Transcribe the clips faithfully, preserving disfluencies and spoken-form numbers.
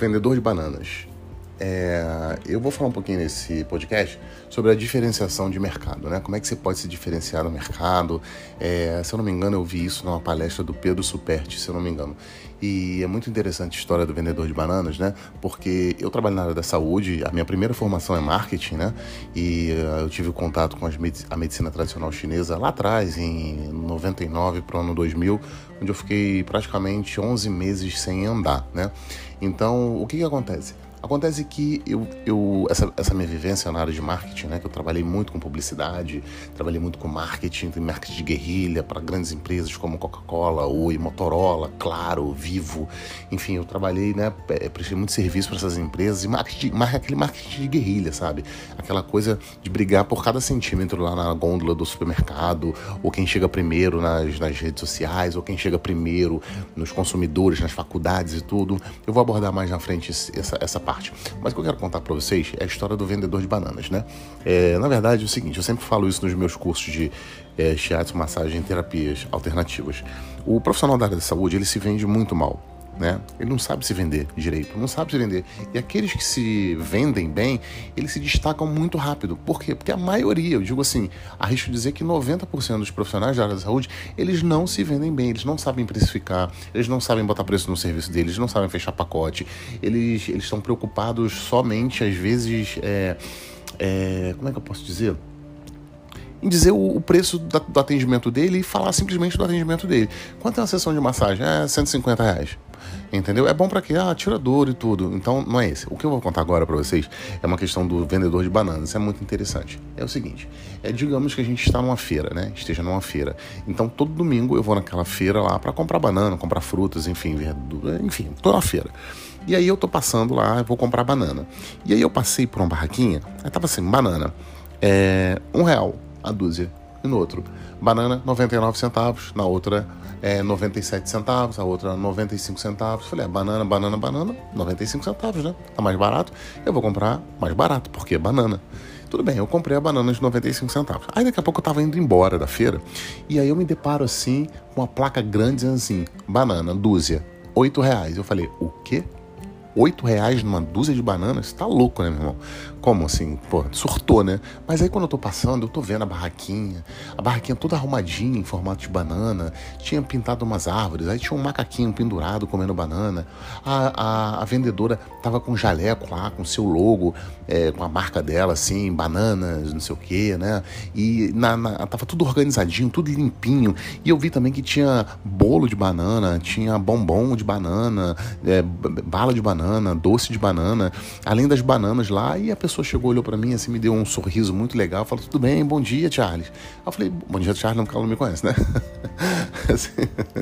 vendedor de bananas. É, eu vou falar um pouquinho nesse podcast sobre a diferenciação de mercado, né? Como é que você pode se diferenciar no mercado. É, se eu não me engano, eu vi isso numa palestra do Pedro Superti, se eu não me engano. E é muito interessante a história do vendedor de bananas, né? Porque eu trabalho na área da saúde, a minha primeira formação é marketing, né? E uh, eu tive contato com as medic- a medicina tradicional chinesa lá atrás, em noventa e nove para o ano dois mil, onde eu fiquei praticamente onze meses sem andar, né? Então, o que que acontece? Acontece que eu, eu essa, essa minha vivência na área de marketing, né, que eu trabalhei muito com publicidade, trabalhei muito com marketing, marketing de guerrilha para grandes empresas como Coca-Cola, Oi, Motorola, Claro, Vivo, enfim, eu trabalhei, né, prestei muito serviço para essas empresas e marketing, aquele marketing de guerrilha, sabe? Aquela coisa de brigar por cada centímetro lá na gôndola do supermercado, ou quem chega primeiro nas, nas redes sociais, ou quem chega primeiro nos consumidores, nas faculdades e tudo. Eu vou abordar mais na frente essa, essa parte. Mas o que eu quero contar para vocês é a história do vendedor de bananas, né? É, na verdade é o seguinte, eu sempre falo isso nos meus cursos de é, shiatsu, massagem e terapias alternativas. O profissional da área da saúde, ele se vende muito mal, né? Ele não sabe se vender direito, não sabe se vender. E aqueles que se vendem bem, eles se destacam muito rápido. Por quê? Porque a maioria, eu digo assim, arrisco dizer que noventa por cento dos profissionais da área da saúde, eles não se vendem bem, eles não sabem precificar, eles não sabem botar preço no serviço deles, eles não sabem fechar pacote, eles, eles estão preocupados somente, às vezes, é, é, como é que eu posso dizer? Em dizer o, o preço da, do atendimento dele e falar simplesmente do atendimento dele. Quanto é uma sessão de massagem? É cento e cinquenta reais. Entendeu? É bom pra quê? Ah, tira dor e tudo. Então, não é esse. O que eu vou contar agora pra vocês é uma questão do vendedor de bananas. Isso é muito interessante. É o seguinte, é, digamos que a gente está numa feira, né? Esteja numa feira. Então, todo domingo eu vou naquela feira lá pra comprar banana, comprar frutas, enfim, verdura, enfim, tô na feira. E aí eu tô passando lá, vou comprar banana. E aí eu passei por uma barraquinha, aí tava assim, banana, é, um real a dúzia. E no outro, banana, noventa e nove centavos. Na outra, é, noventa e sete centavos. A outra, noventa e cinco centavos. Falei, é, banana, banana, banana, noventa e cinco centavos, né? Tá mais barato. Eu vou comprar mais barato, porque é banana. Tudo bem, eu comprei a banana de noventa e cinco centavos. Aí daqui a pouco eu tava indo embora da feira. E aí eu me deparo assim, com uma placa grande dizendo assim, banana, dúzia, oito reais. Eu falei, o quê? Oito reais numa dúzia de bananas? Tá louco, né, meu irmão? Como assim? Pô, surtou, né? Mas aí quando eu tô passando, eu tô vendo a barraquinha, a barraquinha toda arrumadinha em formato de banana, tinha pintado umas árvores, aí tinha um macaquinho pendurado comendo banana, a, a, a vendedora tava com um jaleco lá, com o seu logo, é, com a marca dela, assim, bananas, não sei o quê, né? E na, na, tava tudo organizadinho, tudo limpinho, e eu vi também que tinha bolo de banana, tinha bombom de banana, é, bala de banana, doce de banana, além das bananas lá, e a pessoa chegou, olhou pra mim, assim, me deu um sorriso muito legal, falou, tudo bem, bom dia, Charles. Aí eu falei, bom dia, Charles, não, porque ela não me conhece, né? Assim,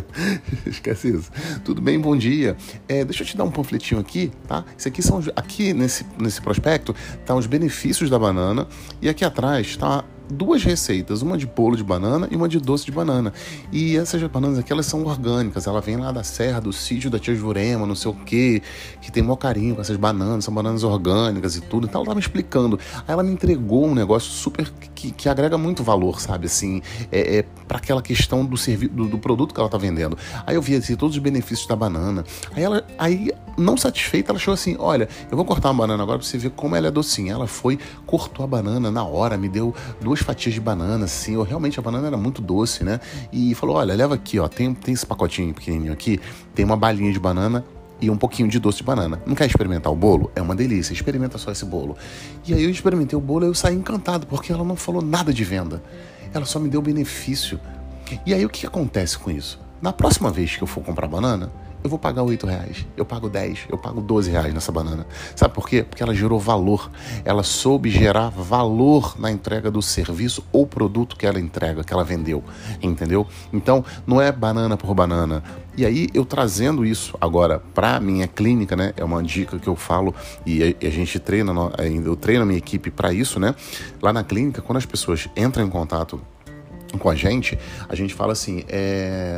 esquece isso. Tudo bem, bom dia. É, deixa eu te dar um panfletinho aqui, tá? Isso aqui são, aqui nesse, nesse prospecto, tá os benefícios da banana, e aqui atrás tá duas receitas, uma de bolo de banana e uma de doce de banana. E essas bananas aqui, elas são orgânicas, ela vem lá da serra, do sítio da tia Jurema, não sei o quê, que tem maior carinho com essas bananas, são bananas orgânicas e tudo. Então ela tava me explicando. Aí ela me entregou um negócio super que, que agrega muito valor, sabe, assim, é, é para aquela questão do, servi- do, do produto que ela tá vendendo. Aí eu vi assim, todos os benefícios da banana. Aí ela, aí, não satisfeita, ela achou assim, olha, eu vou cortar uma banana agora pra você ver como ela é docinha. Ela foi, cortou a banana na hora, me deu duas fatias de banana, assim, eu, realmente a banana era muito doce, né? E falou, olha, leva aqui, ó, tem, tem esse pacotinho pequenininho aqui, tem uma balinha de banana e um pouquinho de doce de banana. Não quer experimentar o bolo? É uma delícia, experimenta só esse bolo. E aí eu experimentei o bolo e eu saí encantado, porque ela não falou nada de venda. Ela só me deu benefício. E aí o que acontece com isso? Na próxima vez que eu for comprar banana, eu vou pagar oito reais, eu pago dez, eu pago doze reais nessa banana. Sabe por quê? Porque ela gerou valor. Ela soube gerar valor na entrega do serviço ou produto que ela entrega, que ela vendeu. Entendeu? Então, não é banana por banana. E aí, eu trazendo isso agora para a minha clínica, né? É uma dica que eu falo e a gente treina, eu treino a minha equipe para isso, né? Lá na clínica, quando as pessoas entram em contato com a gente, a gente fala assim, é...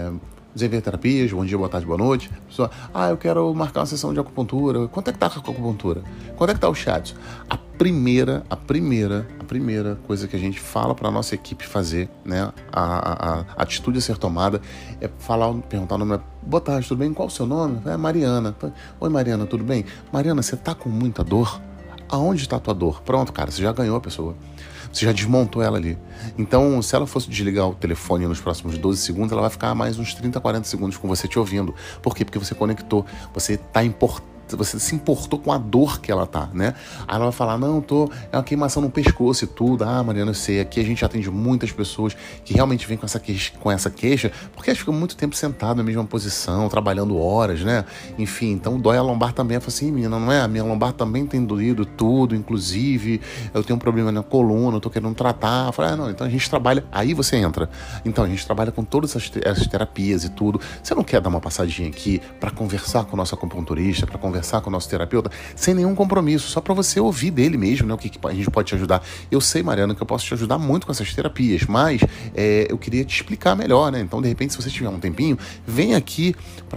Zenviver Terapias, bom dia, boa tarde, boa noite. A pessoa, ah, eu quero marcar uma sessão de acupuntura. Quanto é que tá com a acupuntura? Quanto é que tá o shiatsu? A primeira, a primeira, a primeira coisa que a gente fala para a nossa equipe fazer, né, a, a, a atitude a ser tomada é falar, perguntar o nome, boa tarde, tudo bem? Qual o seu nome? É Mariana. Oi, Mariana, tudo bem? Mariana, você tá com muita dor? Aonde está a tua dor? Pronto, cara, você já ganhou a pessoa. Você já desmontou ela ali. Então, se ela fosse desligar o telefone nos próximos doze segundos, ela vai ficar mais uns trinta, quarenta segundos com você te ouvindo. Por quê? Porque você conectou, você tá importando. Você se importou com a dor que ela tá, né? Aí ela vai falar, não, tô, é uma queimação no pescoço e tudo. Ah, Mariana, eu sei, aqui a gente atende muitas pessoas que realmente vêm com essa queixa, com essa queixa porque elas ficam muito tempo sentadas na mesma posição, trabalhando horas, né? Enfim, então dói a lombar também. Eu falo assim, menina, não é? A minha lombar também tem doído tudo, inclusive eu tenho um problema na coluna, eu tô querendo tratar. Eu falo, ah, não, então a gente trabalha, aí você entra. Então a gente trabalha com todas essas, essas terapias e tudo. Você não quer dar uma passadinha aqui para conversar com o nosso acupunturista, para conversar com o nosso terapeuta, sem nenhum compromisso, só para você ouvir dele mesmo, né, o que, que a gente pode te ajudar. Eu sei, Mariana, que eu posso te ajudar muito com essas terapias, mas é, eu queria te explicar melhor, né? Então, de repente, se você tiver um tempinho, vem aqui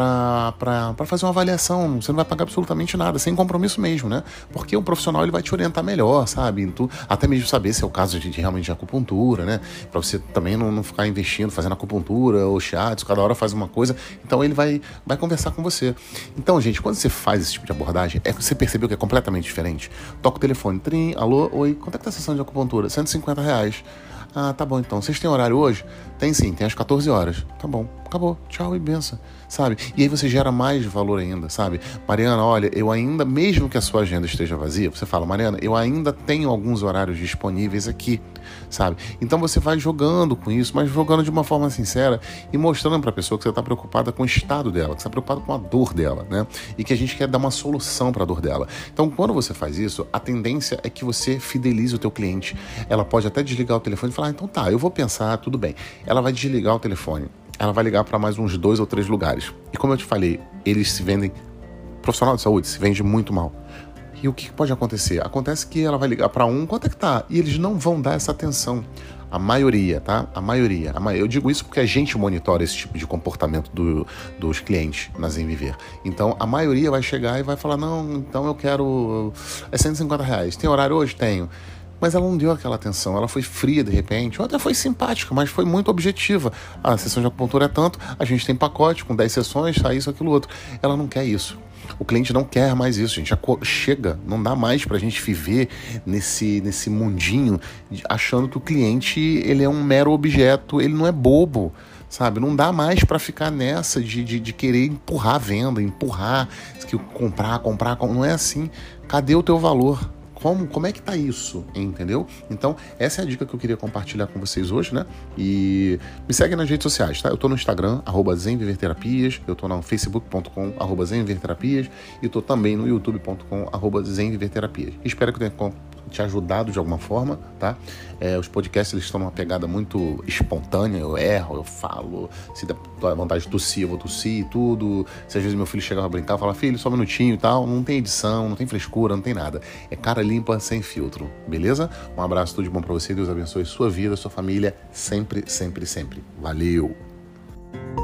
para fazer uma avaliação. Você não vai pagar absolutamente nada, sem compromisso mesmo, né? Porque o profissional ele vai te orientar melhor, sabe? Tu, até mesmo saber se é o caso de, de realmente de acupuntura, né? Para você também não, não ficar investindo, fazendo acupuntura ou shiatsu, cada hora faz uma coisa. Então, ele vai, vai conversar com você. Então, gente, quando você faz esse tipo de abordagem, é que você percebeu que é completamente diferente. Toca o telefone, trim, alô, oi, quanto é que tá a sessão de acupuntura? cento e cinquenta reais. Ah, tá bom então. Vocês têm horário hoje? Tem sim, tem às quatorze horas. Tá bom, acabou. Tchau e benção, sabe? E aí você gera mais valor ainda, sabe? Mariana, olha, eu ainda, mesmo que a sua agenda esteja vazia, você fala, Mariana, eu ainda tenho alguns horários disponíveis aqui, sabe? Então você vai jogando com isso, mas jogando de uma forma sincera e mostrando pra pessoa que você tá preocupada com o estado dela, que você tá preocupada com a dor dela, né? E que a gente quer dar uma solução pra dor dela. Então, quando você faz isso, a tendência é que você fidelize o teu cliente. Ela pode até desligar o telefone e falar, ah, então tá, eu vou pensar, tudo bem. Ela vai desligar o telefone. Ela vai ligar para mais uns dois ou três lugares. E como eu te falei, eles se vendem, profissional de saúde se vende muito mal. E o que pode acontecer? Acontece que ela vai ligar para um, quanto é que tá? E eles não vão dar essa atenção. A maioria, tá? A maioria. A maioria. Eu digo isso porque a gente monitora esse tipo de comportamento do, dos clientes na Zenviver. Então, a maioria vai chegar e vai falar, não, então eu quero... É cento e cinquenta reais. Tem horário hoje? Tenho. Mas ela não deu aquela atenção, ela foi fria de repente, ou até foi simpática, mas foi muito objetiva. Ah, a sessão de acupuntura é tanto, a gente tem pacote com dez sessões, tá isso, aquilo, outro. Ela não quer isso. O cliente não quer mais isso, gente. Chega, não dá mais pra gente viver nesse, nesse mundinho achando que o cliente ele é um mero objeto, ele não é bobo. Sabe, não dá mais para ficar nessa de, de, de querer empurrar a venda, empurrar, que comprar, comprar, não é assim. Cadê o teu valor? Como, como é que tá isso, entendeu? Então, essa é a dica que eu queria compartilhar com vocês hoje, né? E me segue nas redes sociais, tá? Eu tô no Instagram, arroba Zenviver Terapias, eu tô no facebook ponto com, arroba Zenviver Terapias, e tô também no youtube ponto com, arroba Zenviver Terapias. Espero que eu tenha te ajudado de alguma forma, tá? É, os podcasts, eles estão numa pegada muito espontânea, eu erro, eu falo, se dá vontade de tossir, eu vou tossir e tudo. Se às vezes meu filho chegava a brincar, fala, filho, só um minutinho e tal, não tem edição, não tem frescura, não tem nada. É cara limpa, sem filtro, beleza? Um abraço, tudo de bom pra você, Deus abençoe sua vida, sua família, sempre, sempre, sempre. Valeu!